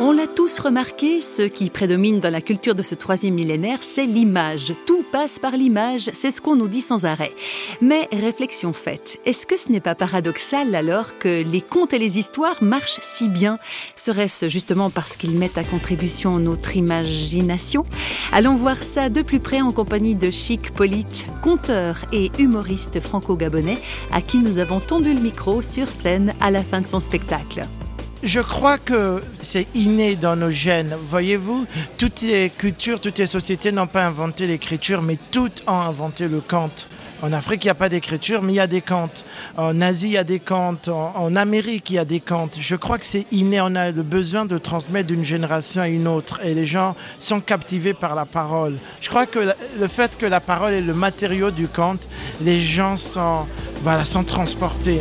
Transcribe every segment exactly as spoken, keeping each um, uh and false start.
On l'a tous remarqué, ce qui prédomine dans la culture de ce troisième millénaire, c'est l'image. Tout passe par l'image, c'est ce qu'on nous dit sans arrêt. Mais réflexion faite, est-ce que ce n'est pas paradoxal alors que les contes et les histoires marchent si bien ? Serait-ce justement parce qu'ils mettent à contribution notre imagination ? Allons voir ça de plus près en compagnie de Chic Polite, conteur et humoriste franco-gabonais, à qui nous avons tendu le micro sur scène à la fin de son spectacle. Je crois que c'est inné dans nos gènes. Voyez-vous, toutes les cultures, toutes les sociétés n'ont pas inventé l'écriture, mais toutes ont inventé le conte. En Afrique, il n'y a pas d'écriture, mais il y a des contes. En Asie, il y a des contes. En, en Amérique, il y a des contes. Je crois que c'est inné. On a le besoin de transmettre d'une génération à une autre. Et les gens sont captivés par la parole. Je crois que le fait que la parole est le matériau du conte, les gens sont, voilà, sont transportés.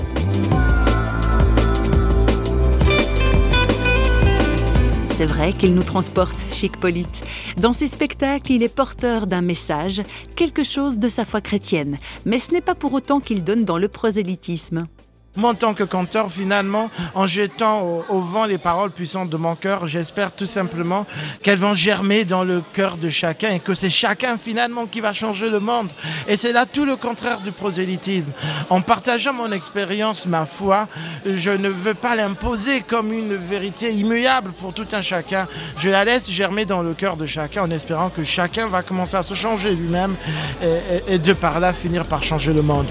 C'est vrai qu'il nous transporte, Chic Polite. Dans ses spectacles, il est porteur d'un message, quelque chose de sa foi chrétienne. Mais ce n'est pas pour autant qu'il donne dans le prosélytisme. Moi, en tant que conteur, finalement, en jetant au, au vent les paroles puissantes de mon cœur, j'espère tout simplement qu'elles vont germer dans le cœur de chacun et que c'est chacun, finalement, qui va changer le monde. Et c'est là tout le contraire du prosélytisme. En partageant mon expérience, ma foi, je ne veux pas l'imposer comme une vérité immuable pour tout un chacun. Je la laisse germer dans le cœur de chacun en espérant que chacun va commencer à se changer lui-même et, et, et de par là finir par changer le monde.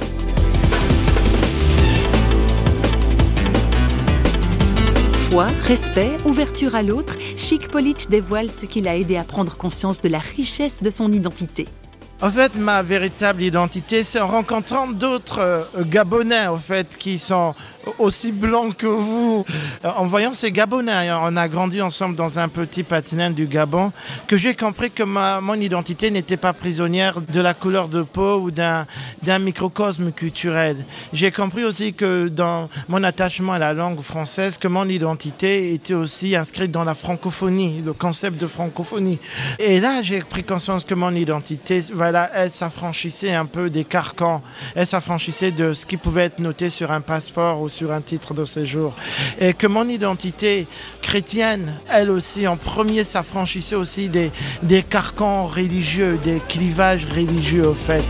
Foi, respect, ouverture à l'autre, Chic Polite dévoile ce qui l'a aidé à prendre conscience de la richesse de son identité. En fait, ma véritable identité, c'est en rencontrant d'autres euh, Gabonais, en fait, qui sont aussi blancs que vous. En voyant ces Gabonais, on a grandi ensemble dans un petit patelin du Gabon, que j'ai compris que ma, mon identité n'était pas prisonnière de la couleur de peau ou d'un, d'un microcosme culturel. J'ai compris aussi que dans mon attachement à la langue française, que mon identité était aussi inscrite dans la francophonie, le concept de francophonie. Et là, j'ai pris conscience que mon identité, voilà, elle s'affranchissait un peu des carcans, elle s'affranchissait de ce qui pouvait être noté sur un passeport ou sur un titre de séjour. Et que mon identité chrétienne, elle aussi, en premier, s'affranchissait aussi des, des carcans religieux, des clivages religieux, au fait.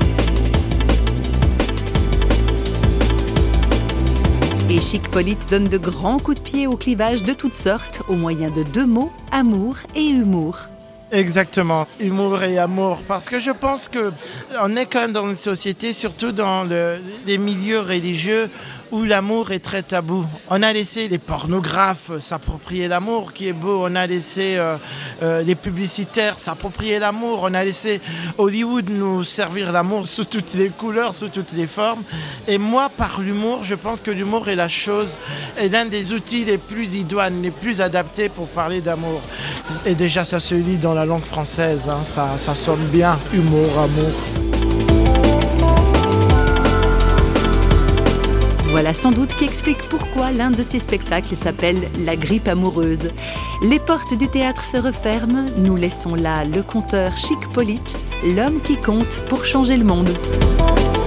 Et Chic Polite donne de grands coups de pied aux clivages de toutes sortes, au moyen de deux mots, amour et humour. Exactement, humour et amour, parce que je pense qu'on est quand même dans une société, surtout dans le, les milieux religieux, où l'amour est très tabou. On a laissé les pornographes s'approprier l'amour qui est beau, on a laissé euh, euh, les publicitaires s'approprier l'amour, on a laissé Hollywood nous servir l'amour sous toutes les couleurs, sous toutes les formes. Et moi, par l'humour, je pense que l'humour est la chose, est l'un des outils les plus idoines, les plus adaptés pour parler d'amour. Et déjà, ça se lit dans la langue française, hein, ça, ça sonne bien, humour, amour. Voilà sans doute qui explique pourquoi l'un de ces spectacles s'appelle « La grippe amoureuse ». Les portes du théâtre se referment, nous laissons là le conteur Chic Polite, l'homme qui compte pour changer le monde.